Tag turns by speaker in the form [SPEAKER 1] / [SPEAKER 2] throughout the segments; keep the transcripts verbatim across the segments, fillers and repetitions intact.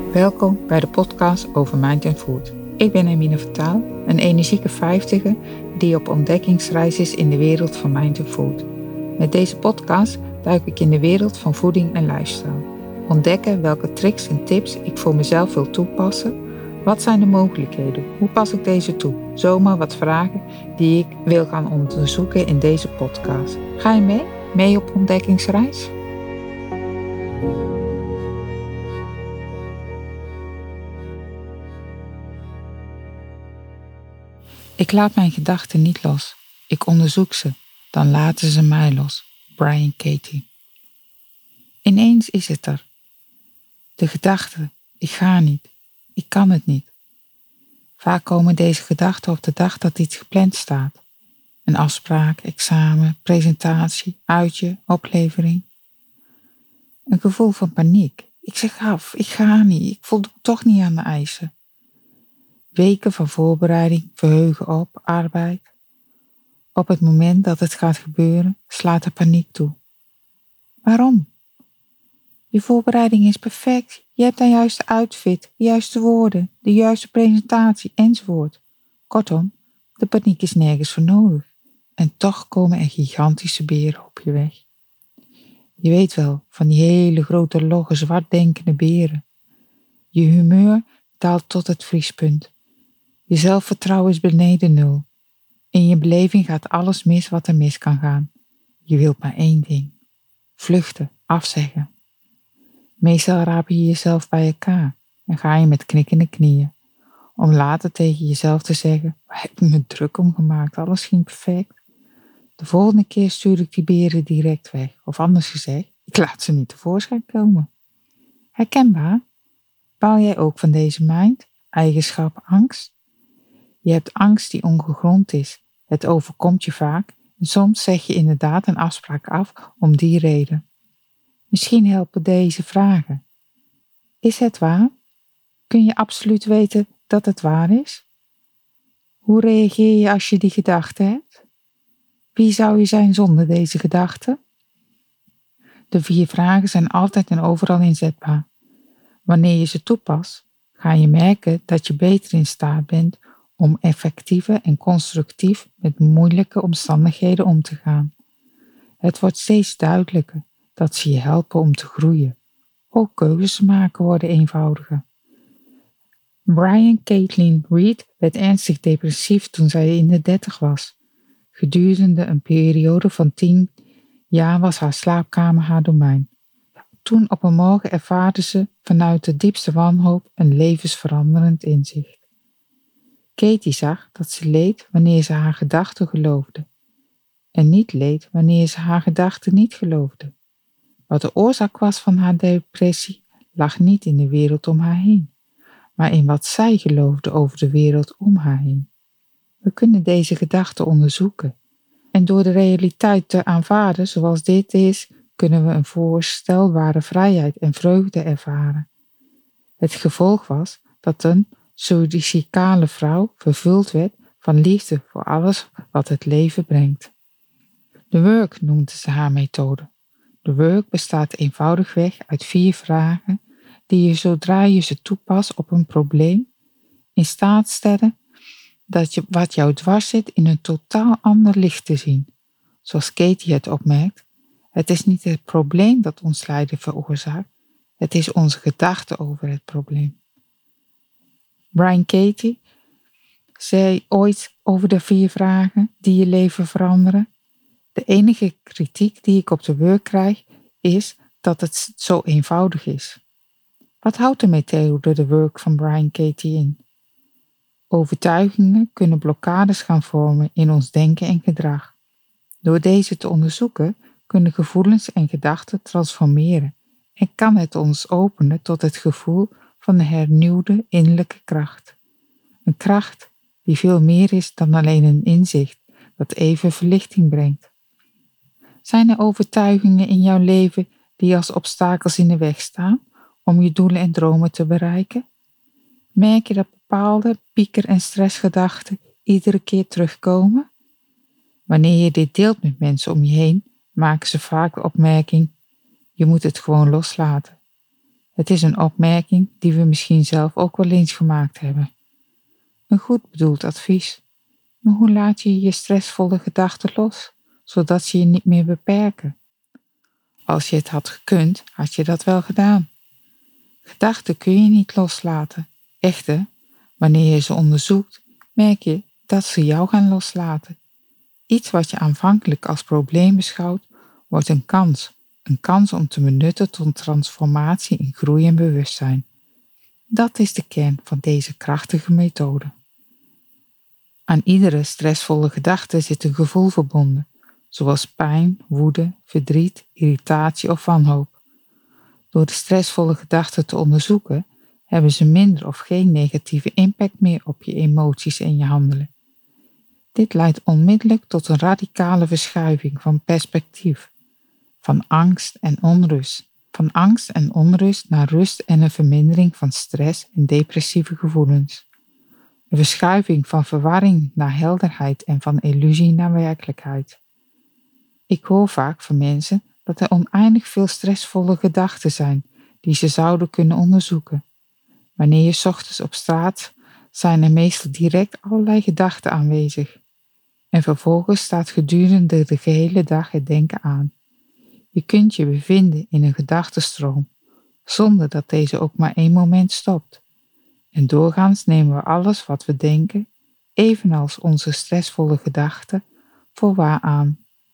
[SPEAKER 1] Welkom bij de podcast over Mind and Food. Ik ben Emine Vertaal, een energieke vijftiger die op ontdekkingsreis is in de wereld van Mind and Food. Met deze podcast duik ik in de wereld van voeding en lifestyle. Ontdekken welke tricks en tips ik voor mezelf wil toepassen. Wat zijn de mogelijkheden? Hoe pas ik deze toe? Zomaar wat vragen die ik wil gaan onderzoeken in deze podcast. Ga je mee? Mee op ontdekkingsreis? Ik laat mijn gedachten niet los. Ik onderzoek ze, dan laten ze mij los. Byron Katie. Ineens is het er. De gedachte, ik ga niet, ik kan het niet. Vaak komen deze gedachten op de dag dat iets gepland staat. Een afspraak, examen, presentatie, uitje, oplevering. Een gevoel van paniek. Ik zeg af, ik ga niet, ik voldoe toch niet aan de eisen. Weken van voorbereiding, verheugen op, arbeid. Op het moment dat het gaat gebeuren, slaat de paniek toe. Waarom? Je voorbereiding is perfect. Je hebt de juiste outfit, de juiste woorden, de juiste presentatie enzovoort. Kortom, de paniek is nergens voor nodig. En toch komen er gigantische beren op je weg. Je weet wel, van die hele grote logge zwartdenkende beren. Je humeur daalt tot het vriespunt. Je zelfvertrouwen is beneden nul. In je beleving gaat alles mis wat er mis kan gaan. Je wilt maar één ding. Vluchten, afzeggen. Meestal raap je jezelf bij elkaar en ga je met knikkende knieën. Om later tegen jezelf te zeggen, waar heb ik me druk om gemaakt, alles ging perfect. De volgende keer stuur ik die beren direct weg. Of anders gezegd, ik laat ze niet tevoorschijn komen. Herkenbaar? Baal jij ook van deze mind, eigenschap angst? Je hebt angst die ongegrond is. Het overkomt je vaak en soms zeg je inderdaad een afspraak af om die reden. Misschien helpen deze vragen. Is het waar? Kun je absoluut weten dat het waar is? Hoe reageer je als je die gedachte hebt? Wie zou je zijn zonder deze gedachten? De vier vragen zijn altijd en overal inzetbaar. Wanneer je ze toepast, ga je merken dat je beter in staat bent om effectiever en constructief met moeilijke omstandigheden om te gaan. Het wordt steeds duidelijker dat ze je helpen om te groeien. Ook keuzes maken worden eenvoudiger. Brian Caitlin Reed werd ernstig depressief toen zij in de dertig was. Gedurende een periode van tien jaar was haar slaapkamer haar domein. Toen op een morgen ervaarde ze vanuit de diepste wanhoop een levensveranderend inzicht. Katie zag dat ze leed wanneer ze haar gedachten geloofde en niet leed wanneer ze haar gedachten niet geloofde. Wat de oorzaak was van haar depressie lag niet in de wereld om haar heen, maar in wat zij geloofde over de wereld om haar heen. We kunnen deze gedachten onderzoeken en door de realiteit te aanvaarden zoals dit is, kunnen we een voorstelbare vrijheid en vreugde ervaren. Het gevolg was dat een suïcidale vrouw vervuld werd van liefde voor alles wat het leven brengt. De work noemde ze haar methode. De work bestaat eenvoudigweg uit vier vragen die je zodra je ze toepast op een probleem in staat stellen dat je wat jou dwars zit in een totaal ander licht te zien. Zoals Katie het opmerkt, het is niet het probleem dat ons lijden veroorzaakt, het is onze gedachte over het probleem. Byron Katie zei ooit over de vier vragen die je leven veranderen. De enige kritiek die ik op de work krijg is dat het zo eenvoudig is. Wat houdt de methode de work van Byron Katie in? Overtuigingen kunnen blokkades gaan vormen in ons denken en gedrag. Door deze te onderzoeken kunnen gevoelens en gedachten transformeren en kan het ons openen tot het gevoel van een hernieuwde innerlijke kracht. Een kracht die veel meer is dan alleen een inzicht dat even verlichting brengt. Zijn er overtuigingen in jouw leven die als obstakels in de weg staan om je doelen en dromen te bereiken? Merk je dat bepaalde pieker- en stressgedachten iedere keer terugkomen? Wanneer je dit deelt met mensen om je heen, maken ze vaak de opmerking: je moet het gewoon loslaten. Het is een opmerking die we misschien zelf ook wel eens gemaakt hebben. Een goed bedoeld advies. Maar hoe laat je je stressvolle gedachten los, zodat ze je niet meer beperken? Als je het had gekund, had je dat wel gedaan. Gedachten kun je niet loslaten. Echter, wanneer je ze onderzoekt, merk je dat ze jou gaan loslaten. Iets wat je aanvankelijk als probleem beschouwt, wordt een kans. Een kans om te benutten tot transformatie in groei en bewustzijn. Dat is de kern van deze krachtige methode. Aan iedere stressvolle gedachte zit een gevoel verbonden, zoals pijn, woede, verdriet, irritatie of wanhoop. Door de stressvolle gedachten te onderzoeken, hebben ze minder of geen negatieve impact meer op je emoties en je handelen. Dit leidt onmiddellijk tot een radicale verschuiving van perspectief, van angst en onrust, van angst en onrust naar rust en een vermindering van stress en depressieve gevoelens. Een verschuiving van verwarring naar helderheid en van illusie naar werkelijkheid. Ik hoor vaak van mensen dat er oneindig veel stressvolle gedachten zijn die ze zouden kunnen onderzoeken. Wanneer je 's ochtends op straat, zijn er meestal direct allerlei gedachten aanwezig. En vervolgens staat gedurende de gehele dag het denken aan. Je kunt je bevinden in een gedachtenstroom, zonder dat deze ook maar één moment stopt. En doorgaans nemen we alles wat we denken, evenals onze stressvolle gedachten, voor waar aan.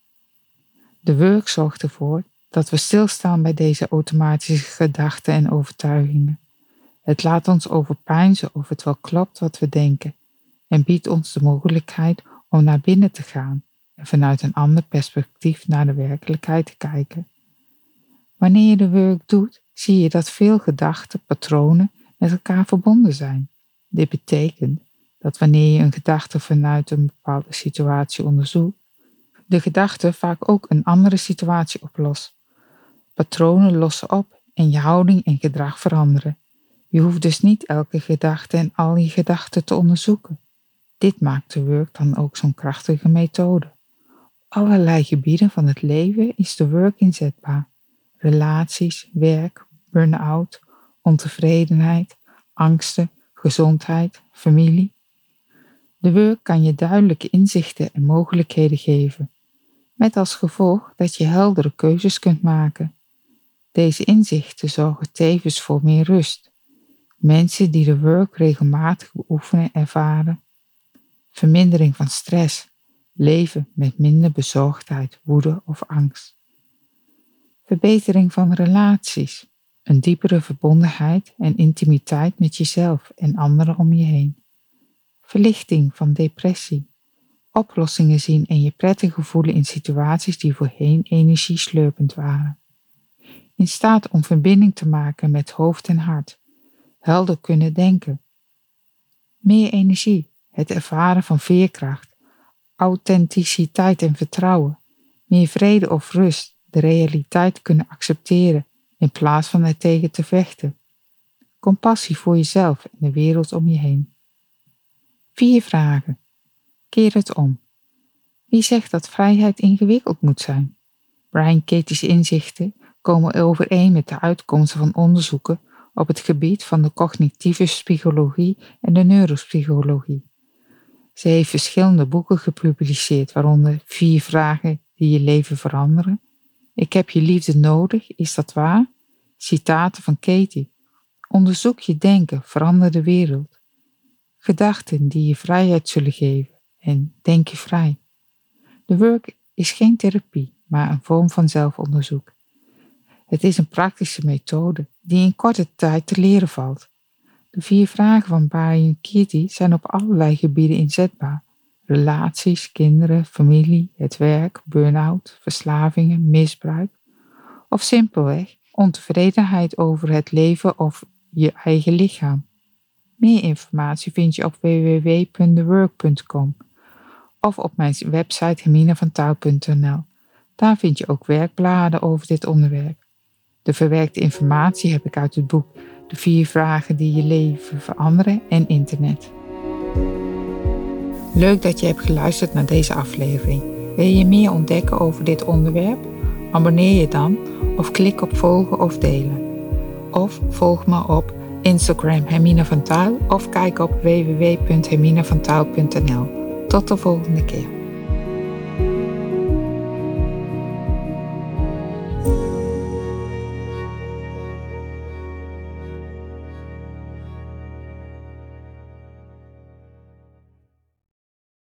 [SPEAKER 1] De work zorgt ervoor dat we stilstaan bij deze automatische gedachten en overtuigingen. Het laat ons overpeinzen of het wel klopt wat we denken en biedt ons de mogelijkheid om naar binnen te gaan en vanuit een ander perspectief naar de werkelijkheid te kijken. Wanneer je de work doet, zie je dat veel gedachten, patronen met elkaar verbonden zijn. Dit betekent dat wanneer je een gedachte vanuit een bepaalde situatie onderzoekt, de gedachte vaak ook een andere situatie oplost. Patronen lossen op en je houding en gedrag veranderen. Je hoeft dus niet elke gedachte en al je gedachten te onderzoeken. Dit maakt de work dan ook zo'n krachtige methode. Op allerlei gebieden van het leven is de work inzetbaar. Relaties, werk, burn-out, ontevredenheid, angsten, gezondheid, familie. De work kan je duidelijke inzichten en mogelijkheden geven, met als gevolg dat je heldere keuzes kunt maken. Deze inzichten zorgen tevens voor meer rust. Mensen die de work regelmatig beoefenen ervaren vermindering van stress, leven met minder bezorgdheid, woede of angst. Verbetering van relaties, een diepere verbondenheid en intimiteit met jezelf en anderen om je heen. Verlichting van depressie, oplossingen zien en je prettig voelen in situaties die voorheen energieslurpend waren. In staat om verbinding te maken met hoofd en hart, helder kunnen denken. Meer energie, het ervaren van veerkracht, authenticiteit en vertrouwen, meer vrede of rust, de realiteit kunnen accepteren in plaats van er tegen te vechten. Compassie voor jezelf en de wereld om je heen. Vier vragen. Keer het om. Wie zegt dat vrijheid ingewikkeld moet zijn? Byron Katie's inzichten komen overeen met de uitkomsten van onderzoeken op het gebied van de cognitieve psychologie en de neuropsychologie. Ze heeft verschillende boeken gepubliceerd, waaronder Vier vragen die je leven veranderen. Ik heb je liefde nodig, is dat waar? Citaten van Katie. Onderzoek je denken, verander de wereld. Gedachten die je vrijheid zullen geven en denk je vrij. De work is geen therapie, maar een vorm van zelfonderzoek. Het is een praktische methode die in korte tijd te leren valt. De vier vragen van Byron Katie zijn op allerlei gebieden inzetbaar. Relaties, kinderen, familie, het werk, burn-out, verslavingen, misbruik. Of simpelweg ontevredenheid over het leven of je eigen lichaam. Meer informatie vind je op w w w punt the work punt com of op mijn website hermine van touw punt n l. Daar vind je ook werkbladen over dit onderwerp. De verwerkte informatie heb ik uit het boek De vier vragen die je leven veranderen en internet. Leuk dat je hebt geluisterd naar deze aflevering. Wil je meer ontdekken over dit onderwerp? Abonneer je dan of klik op volgen of delen. of volg me op Instagram Hermine van Tuil of kijk op w w w punt hermine van tuil punt n l. Tot de volgende keer.